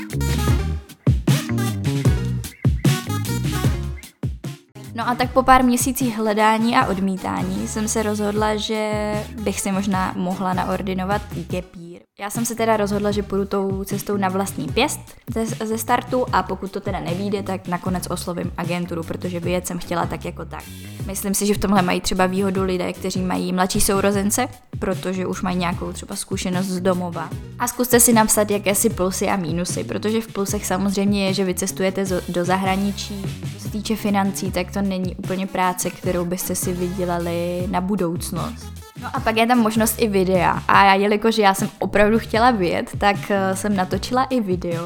No a tak po pár měsících hledání a odmítání jsem se rozhodla, že bych si možná mohla naordinovat gapír. Já jsem se teda rozhodla, že půjdu tou cestou na vlastní pěst ze startu a pokud to teda nevyjde, tak nakonec oslovím agenturu, protože vyjet jsem chtěla tak jako tak. Myslím si, že v tomhle mají třeba výhodu lidé, kteří mají mladší sourozence, protože už mají nějakou třeba zkušenost z domova. A zkuste si napsat jakési plusy a mínusy, protože v plusech samozřejmě je, že vy cestujete do zahraničí. Co se týče financí, tak to není úplně práce, kterou byste si vydělali na budoucnost. No a pak je tam možnost i videa a jelikož já jsem opravdu chtěla vyjet, tak jsem natočila i video,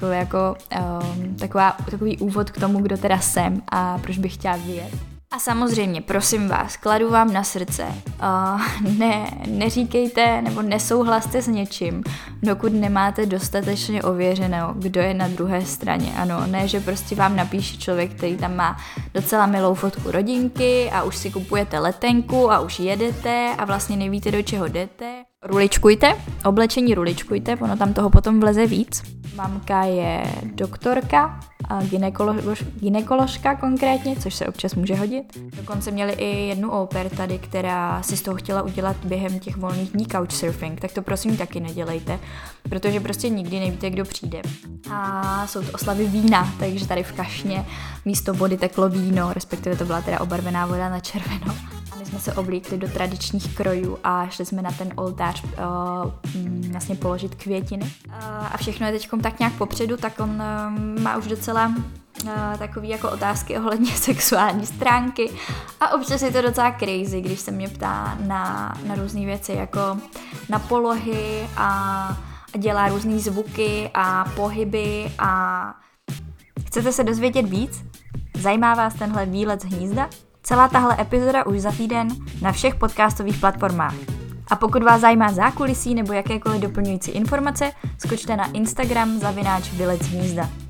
takový úvod k tomu, kdo teda jsem a proč bych chtěla vyjet. A samozřejmě, prosím vás, kladu vám na srdce, neříkejte nebo nesouhlaste s něčím, dokud nemáte dostatečně ověřeno, kdo je na druhé straně. Ano, ne, že prostě vám napíše člověk, který tam má docela milou fotku rodinky a už si kupujete letenku a už jedete a vlastně nevíte, do čeho jdete. Ruličkujte, oblečení ruličkujte, ono tam toho potom vleze víc. Mamka je doktorka, a gynekoložka konkrétně, což se občas může hodit. Dokonce měli i jednu au pair tady, která si z toho chtěla udělat během těch volných dní couchsurfing, tak to prosím taky nedělejte, protože prostě nikdy nevíte, kdo přijde. A jsou to oslavy vína, takže tady v Kašně místo vody teklo víno, respektive to byla teda obarvená voda na červeno. A my jsme se oblíkli do tradičních krojů a šli jsme na ten oltář vlastně položit květiny. A všechno je teď tak nějak popředu, tak on má už docela takový jako otázky ohledně sexuální stránky a občas je to docela crazy, když se mě ptá na různé věci, jako na polohy a dělá různý zvuky a pohyby a chcete se dozvědět víc? Zajímá vás tenhle výlet z hnízda? Celá tahle epizoda už za týden na všech podcastových platformách. A pokud vás zajímá zákulisí nebo jakékoliv doplňující informace, skočte na Instagram @vylec z hnízda.